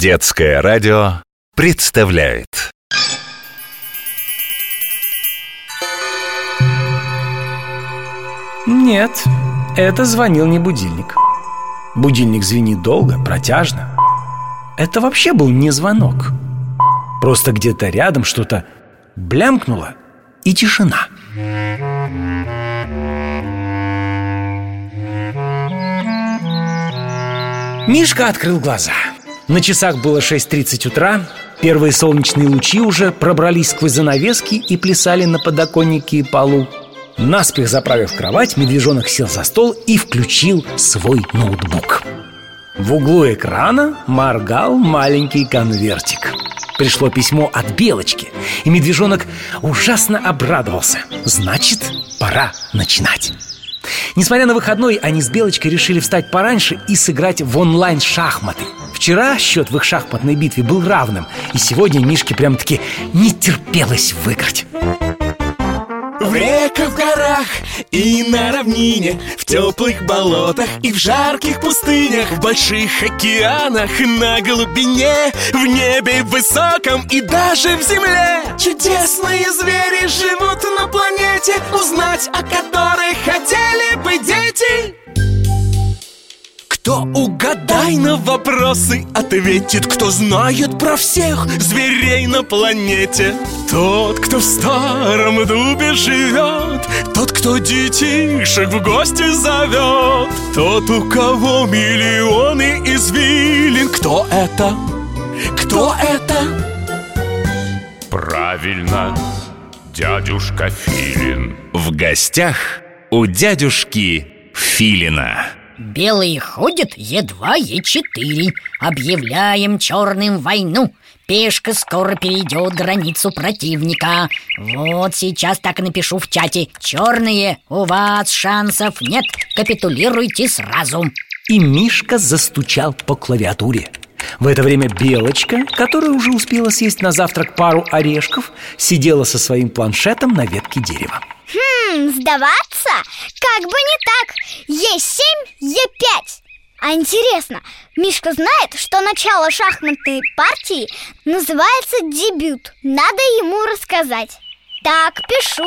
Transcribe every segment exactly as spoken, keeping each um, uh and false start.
Детское радио представляет. Нет, это звонил не будильник. Будильник звенит долго, протяжно. Это вообще был не звонок. Просто где-то рядом что-то блямкнуло, и тишина. Мишка открыл глаза. На часах было шесть тридцать утра. Первые солнечные лучи уже пробрались сквозь занавески и плясали на подоконнике и полу. Наспех заправив кровать, медвежонок сел за стол и включил свой ноутбук. В углу экрана моргал маленький конвертик. Пришло письмо от Белочки, и медвежонок ужасно обрадовался. Значит, пора начинать. Несмотря на выходной, они с Белочкой решили встать пораньше и сыграть в онлайн-шахматы. Вчера счет в их шахматной битве был равным, и сегодня Мишке прям-таки не терпелось выиграть. В реках, в горах и на равнине, в теплых болотах и в жарких пустынях, в больших океанах и на глубине, в небе высоком и даже в земле чудесные звери живут на планете, узнать о которой хотели бы дети. Кто угадай на вопросы ответит, кто знает про всех зверей на планете. Тот, кто в старом дубе живет, тот, кто детишек в гости зовет, тот, у кого миллионы извилин. Кто это? Кто это? Правильно, дядюшка Филин. В гостях у дядюшки Филина. Белые ходят едва е четыре. Объявляем черным войну. Пешка скоро перейдет границу противника. Вот сейчас так и напишу в чате. Черные, у вас шансов нет. Капитулируйте сразу. И Мишка застучал по клавиатуре. В это время Белочка, которая уже успела съесть на завтрак пару орешков, сидела со своим планшетом на ветке дерева. Хм, сдаваться? Как бы не так. е семь, е пять. А интересно, Мишка знает, что начало шахматной партии называется дебют. Надо ему рассказать. Так, пишу.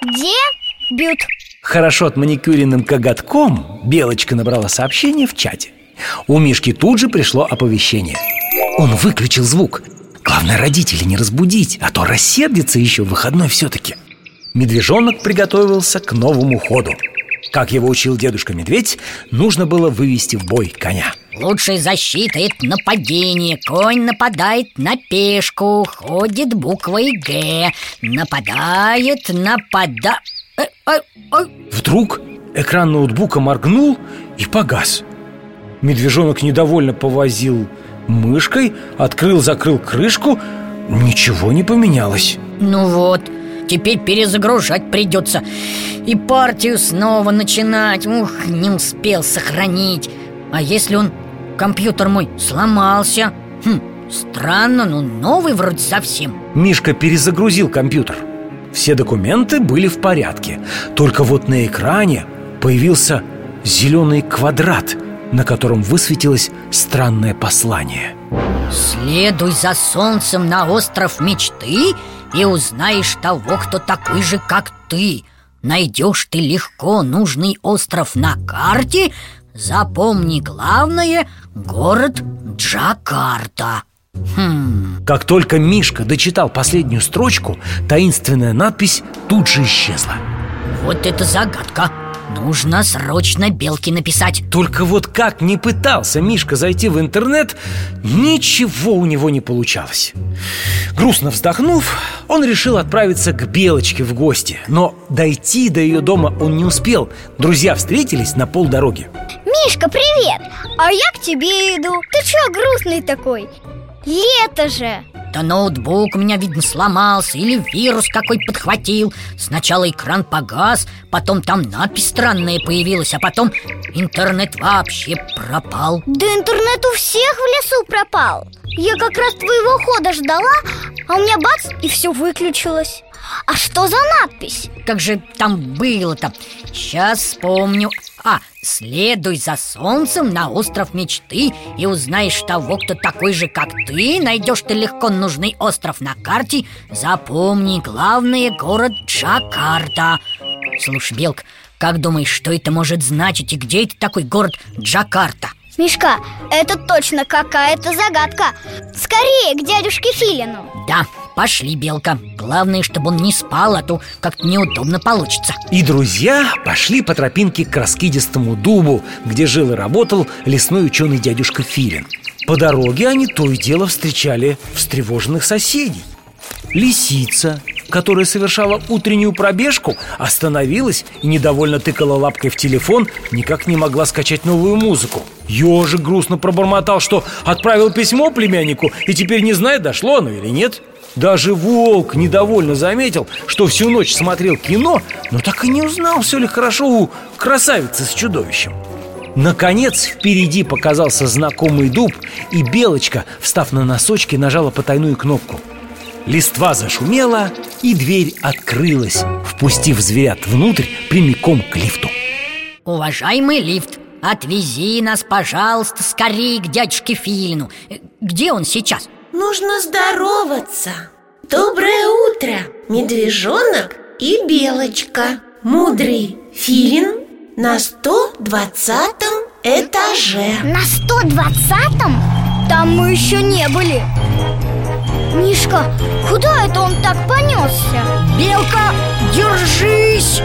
Дебют. Хорошо отманикюренным коготком Белочка набрала сообщение в чате. У Мишки тут же пришло оповещение. Он выключил звук. Главное, родителей не разбудить, а то рассердится еще в выходной все-таки. Медвежонок приготовился к новому ходу. Как его учил дедушка Медведь, нужно было вывести в бой коня. Лучшая защита — это нападение. Конь нападает на пешку, ходит буквой «Г». Нападает, напада... Э, э, э. Вдруг экран ноутбука моргнул и погас. Медвежонок недовольно повозил мышкой, открыл-закрыл крышку. Ничего не поменялось. Ну вот, теперь перезагружать придется. И партию снова начинать. Ух, не успел сохранить. А если он, компьютер мой, сломался? Хм, странно, но новый вроде совсем. Мишка перезагрузил компьютер. Все документы были в порядке. Только вот на экране появился зеленый квадрат, на котором высветилось странное послание. Следуй за солнцем на остров мечты и узнаешь того, кто такой же, как ты. Найдешь ты легко нужный остров на карте. Запомни главное — город Джакарта. Хм. Как только Мишка дочитал последнюю строчку, таинственная надпись тут же исчезла. Вот это загадка. Нужно срочно Белке написать. Только вот как ни пытался Мишка зайти в интернет, ничего у него не получалось. Грустно вздохнув, он решил отправиться к Белочке в гости. Но дойти до ее дома он не успел. Друзья встретились на полдороги. Мишка, привет! А я к тебе иду. Ты чё грустный такой? Лето же! Да ноутбук у меня, видно, сломался или вирус какой подхватил. Сначала экран погас, потом там надпись странная появилась, а потом интернет вообще пропал. Да интернет у всех в лесу пропал. Я как раз твоего хода ждала, а у меня бац, и все выключилось. А что за надпись? Как же там было-то? Сейчас вспомню. А, следуй за солнцем на остров мечты и узнаешь того, кто такой же, как ты. Найдешь ты легко нужный остров на карте. Запомни, главный город Джакарта. Слушай, Белка, как думаешь, что это может значить и где это такой город Джакарта? Мишка, это точно какая-то загадка. Скорее к дядюшке Филину. Да, пошли, Белка. Главное, чтобы он не спал, а то как-то неудобно получится. И друзья пошли по тропинке к раскидистому дубу, где жил и работал лесной ученый дядюшка Филин. По дороге они то и дело встречали встревоженных соседей. Лисица, которая совершала утреннюю пробежку, остановилась и недовольно тыкала лапкой в телефон, никак не могла скачать новую музыку. Ежик грустно пробормотал, что отправил письмо племяннику и теперь не знает, дошло оно или нет. Даже волк недовольно заметил, что всю ночь смотрел кино, но так и не узнал, все ли хорошо у красавицы с чудовищем. Наконец впереди показался знакомый дуб, и Белочка, встав на носочки, нажала потайную кнопку. Листва зашумела, и дверь открылась, впустив зверят внутрь прямиком к лифту. Уважаемый лифт, отвези нас, пожалуйста, скорее к дядюшке Филину. Где он сейчас? Нужно здороваться. Доброе утро, медвежонок и Белочка. Мудрый Филин на сто двадцатом этаже. На сто двадцатом? Там мы еще не были. Мишка, куда это он так понесся? Белка, держись!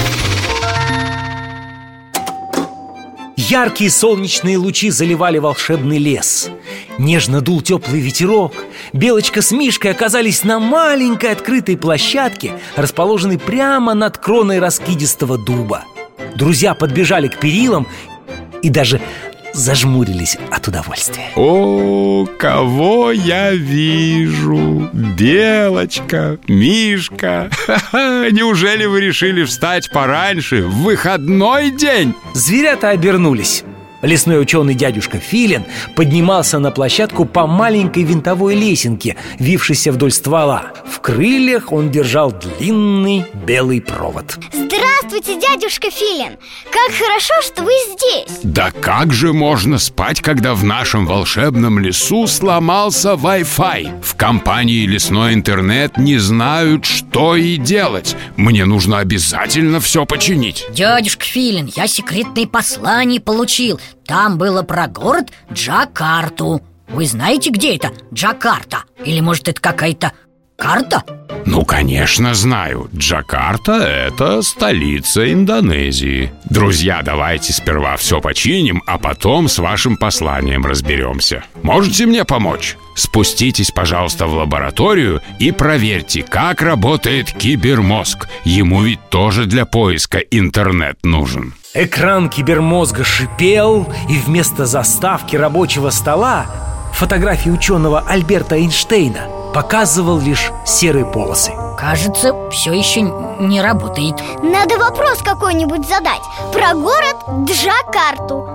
Яркие солнечные лучи заливали волшебный лес. Нежно дул теплый ветерок. Белочка с Мишкой оказались на маленькой открытой площадке, расположенной прямо над кроной раскидистого дуба. Друзья подбежали к перилам и даже зажмурились от удовольствия. О, кого я вижу! Белочка, Мишка! Ха-ха, неужели вы решили встать пораньше в выходной день? Зверята обернулись. Лесной ученый дядюшка Филин поднимался на площадку по маленькой винтовой лесенке, вившейся вдоль ствола. В крыльях он держал длинный белый провод. Здравствуйте, дядюшка Филин! Как хорошо, что вы здесь! Да как же можно спать, когда в нашем волшебном лесу сломался Wi-Fi? В компании «Лесной интернет» не знают, что и делать. Мне нужно обязательно все починить. Дядюшка Филин, я секретное послание получил. Там было про город Джакарту. Вы знаете, где это Джакарта? Или, может, это какая-то карта? Ну, конечно, знаю. Джакарта – это столица Индонезии. Друзья, давайте сперва все починим, а потом с вашим посланием разберемся. Можете мне помочь? Спуститесь, пожалуйста, в лабораторию и проверьте, как работает кибермозг. Ему ведь тоже для поиска интернет нужен. Экран кибермозга шипел, и вместо заставки рабочего стола фотографии ученого Альберта Эйнштейна показывал лишь серые полосы. Кажется, все еще не работает. Надо вопрос какой-нибудь задать про город Джакарту.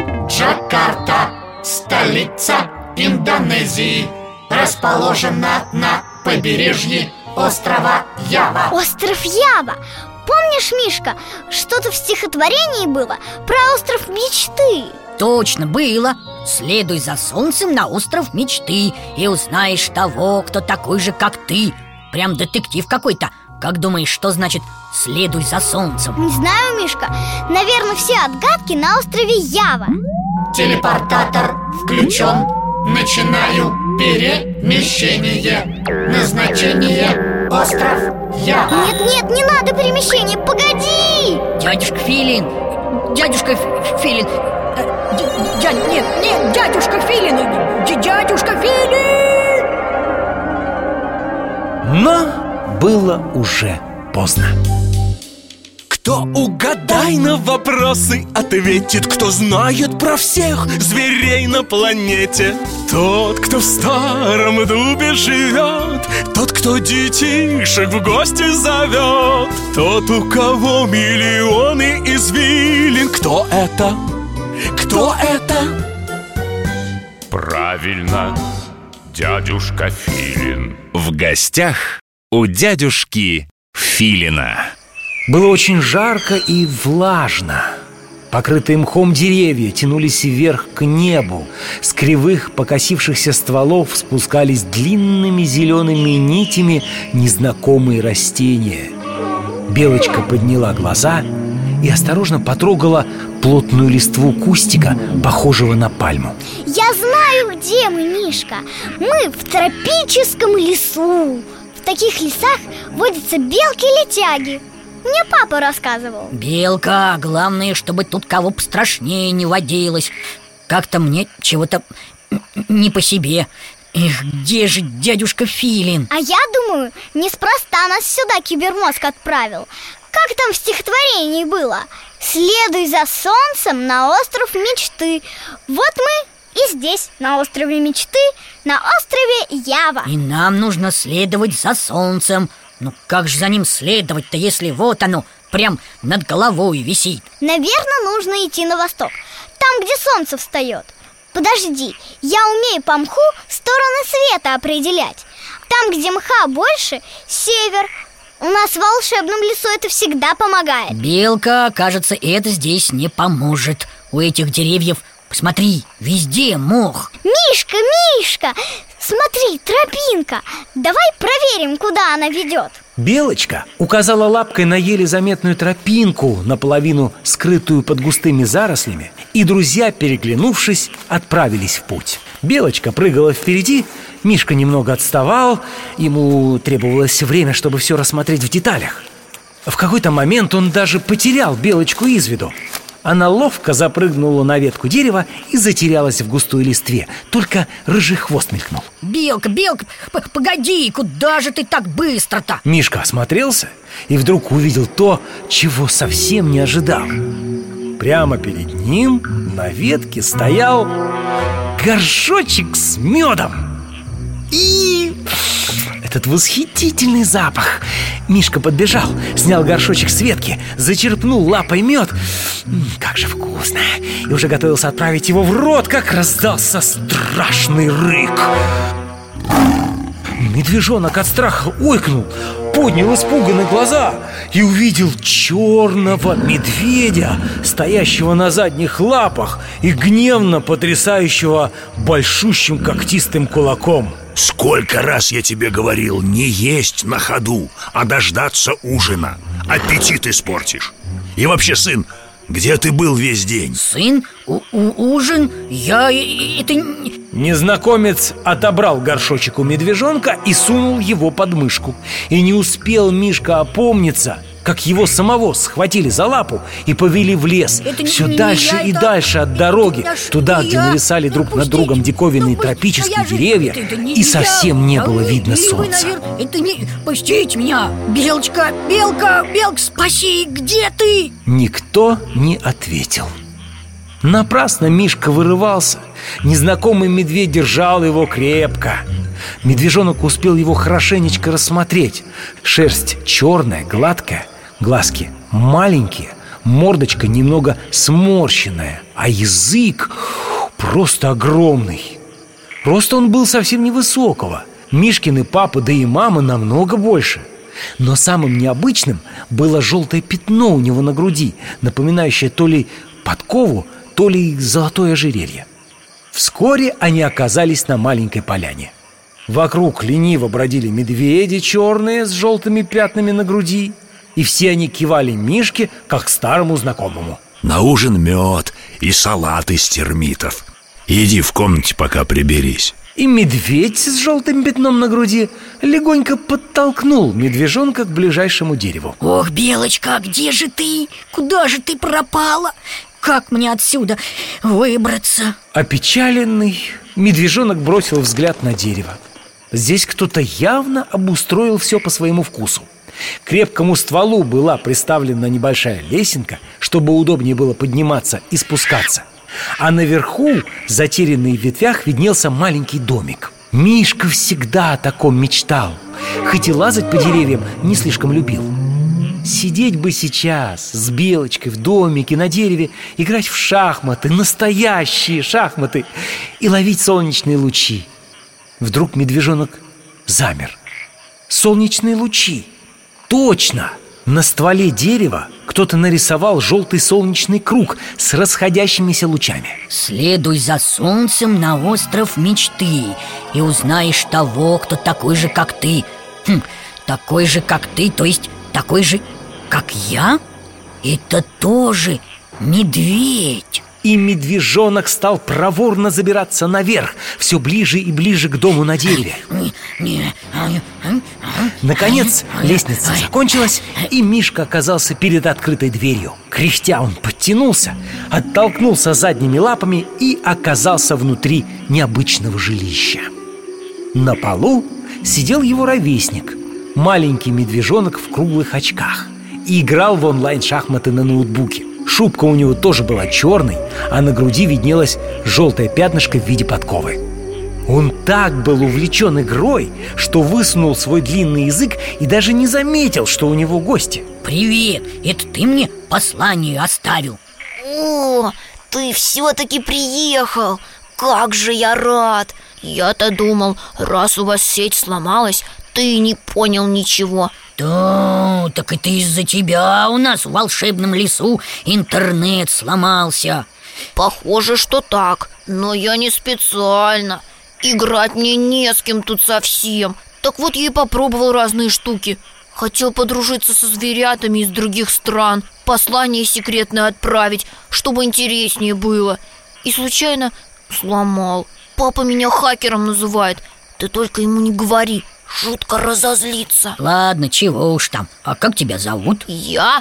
Джакарта, столица Индонезии, расположена на побережье острова Ява. Остров Ява. Помнишь, Мишка, что-то в стихотворении было про остров мечты? Точно, было. Следуй за солнцем на остров мечты и узнаешь того, кто такой же, как ты. Прям детектив какой-то. Как думаешь, что значит «следуй за солнцем»? Не знаю, Мишка. Наверное, все отгадки на острове Ява. Телепортатор включен. Начинаю перемещение. Назначение остров Ява. Нет, нет, не надо перемещения, погоди! Дядюшка Филин, дядюшка Ф- Филин, э, дядь, нет, нет, дядюшка Филин, дядюшка Филин! Но было уже поздно. Кто угадай на вопросы ответит, кто знает про всех зверей на планете. Тот, кто в старом дубе живет, тот, кто детишек в гости зовет, тот, у кого миллионы извилин. Кто это? Кто это? Правильно, дядюшка Филин. В гостях у дядюшки Филина. Было очень жарко и влажно. Покрытые мхом деревья тянулись вверх к небу. С кривых покосившихся стволов спускались длинными зелеными нитями незнакомые растения. Белочка подняла глаза и осторожно потрогала плотную листву кустика, похожего на пальму. Я знаю, где мы, Мишка. Мы в тропическом лесу. В таких лесах водятся белки-летяги. Мне папа рассказывал. Белка, главное, чтобы тут кого пострашнее не водилось. Как-то мне чего-то не по себе. Эх, где же дядюшка Филин? А я думаю, неспроста нас сюда кибермозг отправил. Как там в стихотворении было? Следуй за солнцем на остров мечты. Вот мы и здесь, на острове мечты, на острове Ява. И нам нужно следовать за солнцем. Ну как же за ним следовать-то, если вот оно прям над головой висит? Наверное, нужно идти на восток, там, где солнце встает. Подожди, я умею по мху стороны света определять. Там, где мха больше, север. У нас в волшебном лесу это всегда помогает. Белка, кажется, это здесь не поможет. У этих деревьев, посмотри, везде мох. Мишка, Мишка, смотри, тропинка. Давай проверим, куда она ведет. Белочка указала лапкой на еле заметную тропинку, наполовину скрытую под густыми зарослями, и друзья, переглянувшись, отправились в путь. Белочка прыгала впереди, Мишка немного отставал. Ему требовалось время, чтобы все рассмотреть в деталях. В какой-то момент он даже потерял Белочку из виду. Она ловко запрыгнула на ветку дерева и затерялась в густой листве. Только рыжий хвост мелькнул. Белка, Белка, погоди, куда же ты так быстро-то? Мишка осмотрелся и вдруг увидел то, чего совсем не ожидал. Прямо перед ним на ветке стоял горшочек с медом. И этот восхитительный запах. Мишка подбежал, снял горшочек с ветки, зачерпнул лапой мед. Как же вкусно! И уже готовился отправить его в рот, как раздался страшный рык. Медвежонок от страха ойкнул, поднял испуганные глаза и увидел черного медведя, стоящего на задних лапах и гневно потрясающего большущим когтистым кулаком. Сколько раз я тебе говорил, не есть на ходу, а дождаться ужина. Аппетит испортишь. И вообще, сын, где ты был весь день? Сын? У -у Ужин? Я... это... Незнакомец отобрал горшочек у медвежонка и сунул его под мышку. И не успел Мишка опомниться, как его самого схватили за лапу и повели в лес. Это все не, не, дальше я, и это, дальше от это, дороги, это, туда, не где я. нависали друг Ну, над другом пустите, диковинные ну, тропические я же- деревья, это не и я. совсем не А было вы- видно или вы, солнца. наверное, это не... Пустите меня! Белочка, Белка, Белка, спаси! Где ты? Никто не ответил. Напрасно Мишка вырывался. Незнакомый медведь держал его крепко. Медвежонок успел его хорошенечко рассмотреть. Шерсть черная, гладкая, глазки маленькие, мордочка немного сморщенная, а язык просто огромный. Рост он был совсем невысокого. Мишкины папа, да и мама намного больше. Но самым необычным было желтое пятно у него на груди, напоминающее то ли подкову, то ли золотое ожерелье. Вскоре они оказались на маленькой поляне. Вокруг лениво бродили медведи черные с желтыми пятнами на груди, и все они кивали Мишке, как старому знакомому. На ужин мед и салат из термитов. Иди в комнате, пока приберись. И медведь с желтым пятном на груди легонько подтолкнул медвежонка к ближайшему дереву. Ох, Белочка, где же ты? Куда же ты пропала? Как мне отсюда выбраться? Опечаленный, медвежонок бросил взгляд на дерево. Здесь кто-то явно обустроил все по своему вкусу. К крепкому стволу была приставлена небольшая лесенка, чтобы удобнее было подниматься и спускаться. А наверху, затерянный в ветвях, виднелся маленький домик. Мишка всегда о таком мечтал, хоть и лазать по деревьям не слишком любил. Сидеть бы сейчас с Белочкой в домике на дереве, играть в шахматы, настоящие шахматы, и ловить солнечные лучи. Вдруг медвежонок замер. Солнечные лучи! Точно! На стволе дерева кто-то нарисовал желтый солнечный круг с расходящимися лучами. Следуй за солнцем на остров мечты и узнаешь того, кто такой же, как ты. Хм, такой же, как ты, то есть такой же, как я? Это тоже медведь. И медвежонок стал проворно забираться наверх, все ближе и ближе к дому на дереве. Наконец лестница закончилась, и Мишка оказался перед открытой дверью. Кряхтя он подтянулся, оттолкнулся задними лапами и оказался внутри необычного жилища. На полу сидел его ровесник, маленький медвежонок в круглых очках, и играл в онлайн-шахматы на ноутбуке. Шубка у него тоже была черной, а на груди виднелось желтое пятнышко в виде подковы. Он так был увлечен игрой, что высунул свой длинный язык и даже не заметил, что у него гости. Привет, это ты мне послание оставил? О, ты все-таки приехал. Как же я рад. Я-то думал, раз у вас сеть сломалась, ты не понял ничего. Да, так это из-за тебя у нас в волшебном лесу интернет сломался. Похоже, что так, но я не специально. Играть мне не с кем тут совсем. Так вот я и попробовал разные штуки. Хотел подружиться со зверятами из других стран, послание секретное отправить, чтобы интереснее было. И случайно сломал. Папа меня хакером называет. Ты только ему не говори, жутко разозлится. Ладно, чего уж там. А как тебя зовут? Я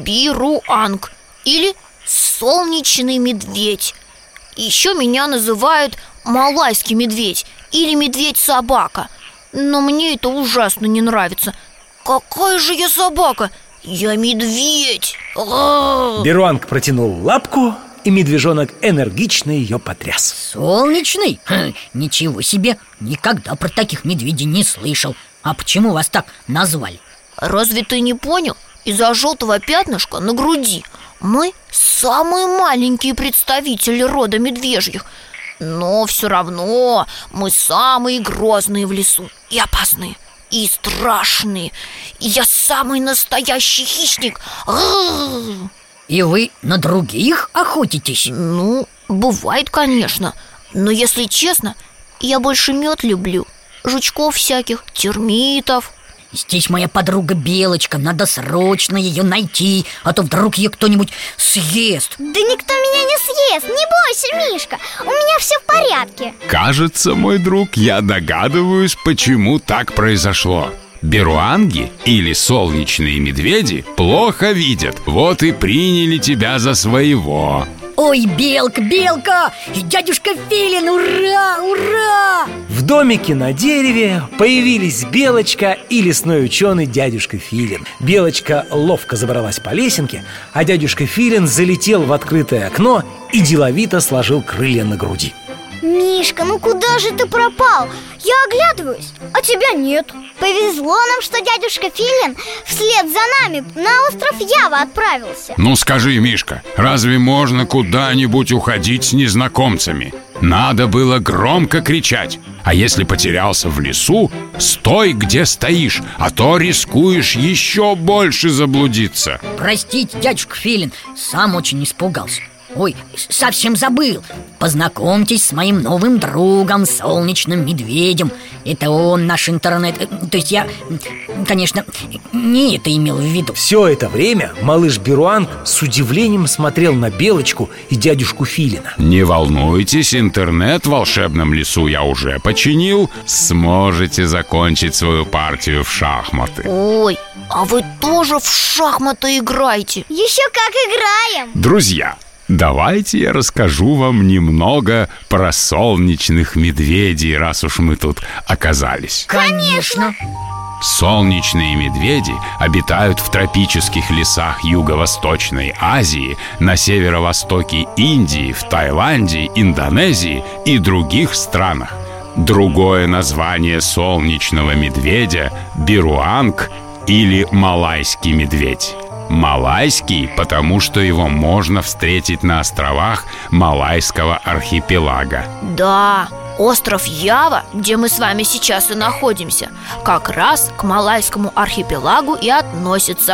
Бируанг, или солнечный медведь. Еще меня называют малайский медведь или медведь-собака. Но мне это ужасно не нравится. Какая же я собака? Я медведь. А-а-а. Бируанг протянул лапку, и медвежонок энергично ее потряс. Солнечный? Хм, ничего себе, никогда про таких медведей не слышал. А почему вас так назвали? Разве ты не понял? Из-за желтого пятнышка на груди. Мы самые маленькие представители рода медвежьих. Но все равно мы самые грозные в лесу. И опасные, и страшные. И я самый настоящий хищник. А-а-а. И вы на других охотитесь? Ну, бывает, конечно. Но если честно, я больше мед люблю. Жучков всяких, термитов. Здесь моя подруга Белочка, надо срочно ее найти, а то вдруг ее кто-нибудь съест. Да никто меня не съест, не бойся, Мишка, у меня все в порядке. Кажется, мой друг, я догадываюсь, почему так произошло. Бируанги, или солнечные медведи, плохо видят. Вот и приняли тебя за своего. Ой, Белка, Белка! Дядюшка Филин, ура, ура! В домике на дереве появились Белочка и лесной ученый дядюшка Филин. Белочка ловко забралась по лесенке, а дядюшка Филин залетел в открытое окно и деловито сложил крылья на груди. Мишка, ну куда же ты пропал? Я оглядываюсь, а тебя нет. Повезло нам, что дядюшка Филин вслед за нами на остров Ява отправился. Ну скажи, Мишка, разве можно куда-нибудь уходить с незнакомцами? Надо было громко кричать. А если потерялся в лесу, стой, где стоишь, а то рискуешь еще больше заблудиться. Простите, дядюшка Филин, сам очень испугался. Ой, совсем забыл. Познакомьтесь с моим новым другом, солнечным медведем. Это он наш интернет. То есть я, конечно, не это имел в виду. Все это время малыш Бируанг с удивлением смотрел на Белочку и дядюшку Филина. Не волнуйтесь, интернет в волшебном лесу я уже починил. Сможете закончить свою партию в шахматы. Ой, а вы тоже в шахматы играете? Еще как играем! Друзья, давайте я расскажу вам немного про солнечных медведей, раз уж мы тут оказались. Конечно! Солнечные медведи обитают в тропических лесах Юго-Восточной Азии, на северо-востоке Индии, в Таиланде, Индонезии и других странах. Другое название солнечного медведя – бируанг или малайский медведь. Малайский, потому что его можно встретить на островах Малайского архипелага. Да, остров Ява, где мы с вами сейчас и находимся, как раз к Малайскому архипелагу и относится.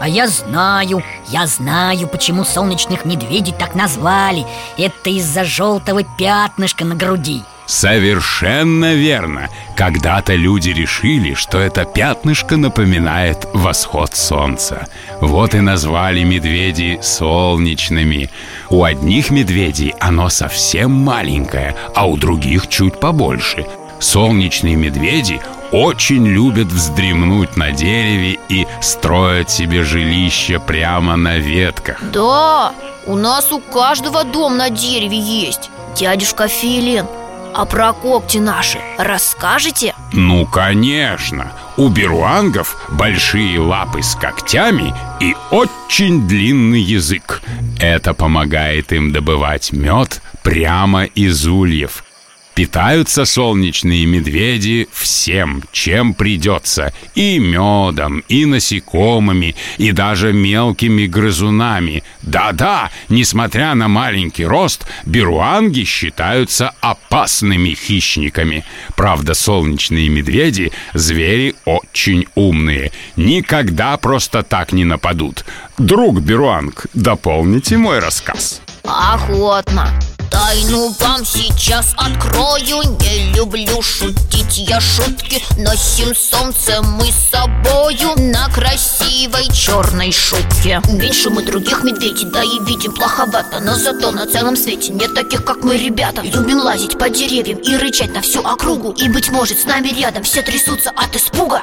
А я знаю, я знаю, почему солнечных медведей так назвали. Это из-за желтого пятнышка на груди. Совершенно верно. Когда-то люди решили, что это пятнышко напоминает восход солнца. Вот и назвали медведей солнечными. У одних медведей оно совсем маленькое, а у других чуть побольше. Солнечные медведи очень любят вздремнуть на дереве и строят себе жилище прямо на ветках. Да, у нас у каждого дом на дереве есть. Дядюшка Филин, а про когти наши расскажете? Ну, конечно. У беруангов большие лапы с когтями и очень длинный язык. Это помогает им добывать мед прямо из ульев. Питаются солнечные медведи всем, чем придется. И медом, и насекомыми, и даже мелкими грызунами. Да-да, несмотря на маленький рост, беруанги считаются опасными хищниками. Правда, солнечные медведи – звери очень умные. Никогда просто так не нападут. Друг беруанг, дополните мой рассказ. Охотно. Тайну вам сейчас открою. Не люблю шутить я шутки. Носим солнце мы с собою на красивой черной шубке. Меньше мы других медведей, да и видим плоховато. Но зато на целом свете нет таких, как мы, ребята. Любим лазить по деревьям и рычать на всю округу. И, быть может, с нами рядом все трясутся от испуга.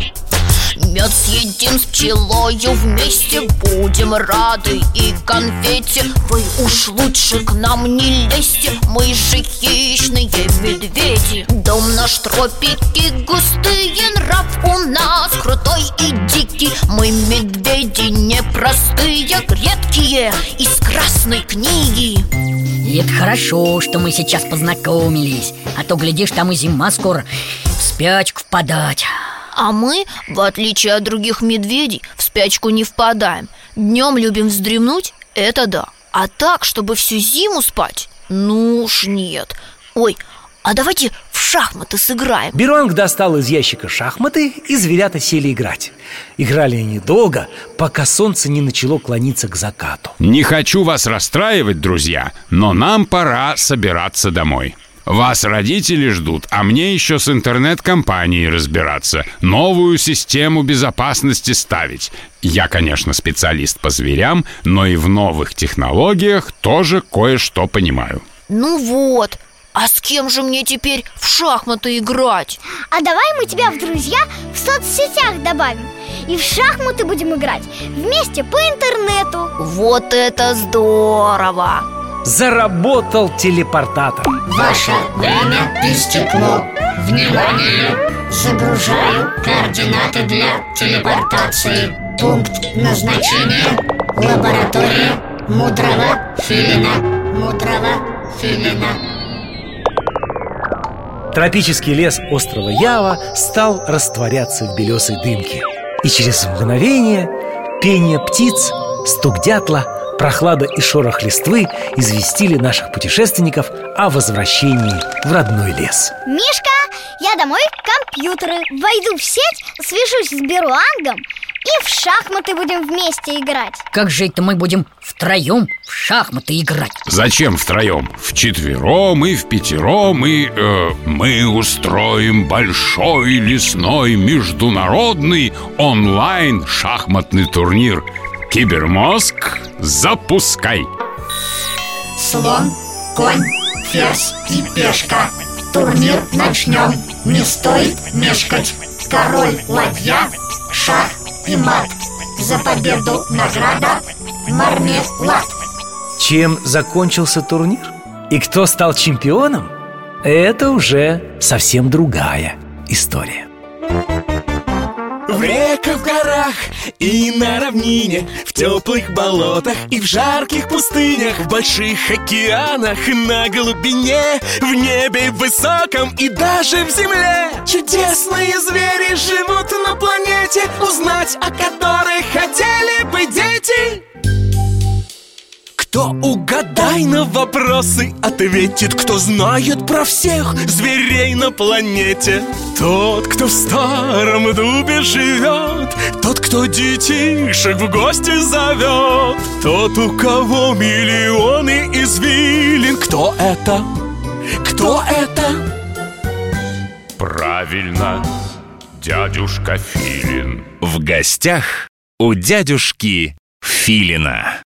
Мед съедим с пчелою вместе, будем рады и конфете. Вы уж лучше к нам не лезьте, мы же хищные медведи. Дом наш тропики густые, нрав у нас крутой и дикий. Мы медведи непростые, редкие, из красной книги. И это хорошо, что мы сейчас познакомились. А то, глядишь, там и зима скоро, в спячку впадать. А мы, в отличие от других медведей, в спячку не впадаем. Днем любим вздремнуть, это да. А так, чтобы всю зиму спать, ну уж нет. Ой, а давайте в шахматы сыграем. Беруанг достал из ящика шахматы, и зверята сели играть. Играли они долго, пока солнце не начало клониться к закату. Не хочу вас расстраивать, друзья, но нам пора собираться домой. Вас родители ждут, а мне еще с интернет-компанией разбираться, новую систему безопасности ставить. Я, конечно, специалист по зверям, но и в новых технологиях тоже кое-что понимаю. Ну вот, а с кем же мне теперь в шахматы играть? А давай мы тебя в друзья в соцсетях добавим. И в шахматы будем играть вместе по интернету. Вот это здорово! Заработал телепортатор. Ваше время истекло. Внимание! Загружаю координаты для телепортации. Пункт назначения: лаборатория мудрого филина. Мудрого филина. Тропический лес острова Ява стал растворяться в белесой дымке. И через мгновение пение птиц, стук дятла, прохлада и шорох листвы известили наших путешественников о возвращении в родной лес. Мишка, я домой к компьютеру. Войду в сеть, свяжусь с беруангом и в шахматы будем вместе играть. Как же это мы будем втроем в шахматы играть? Зачем втроем? Вчетвером и в пятером и... Э, мы устроим большой лесной международный онлайн шахматный турнир. Кибермозг, запускай! Слон, конь, ферзь и пешка. Турнир начнем. Не стоит мешкать. Король, ладья, шах и мат. За победу награда мармелад. Чем закончился турнир? И кто стал чемпионом? Это уже совсем другая история. В реках, в горах и на равнине, в теплых болотах и в жарких пустынях, в больших океанах, на глубине, в небе высоком и даже в земле. Чудесные звери живут на планете, узнать о которых хотели бы дети. Кто угадай на вопросы ответит, кто знает про всех зверей на планете. Тот, кто в старом дубе живет, тот, кто детишек в гости зовет, тот, у кого миллионы извилин. Кто это? Кто это? Правильно, дядюшка Филин. В гостях у дядюшки Филина.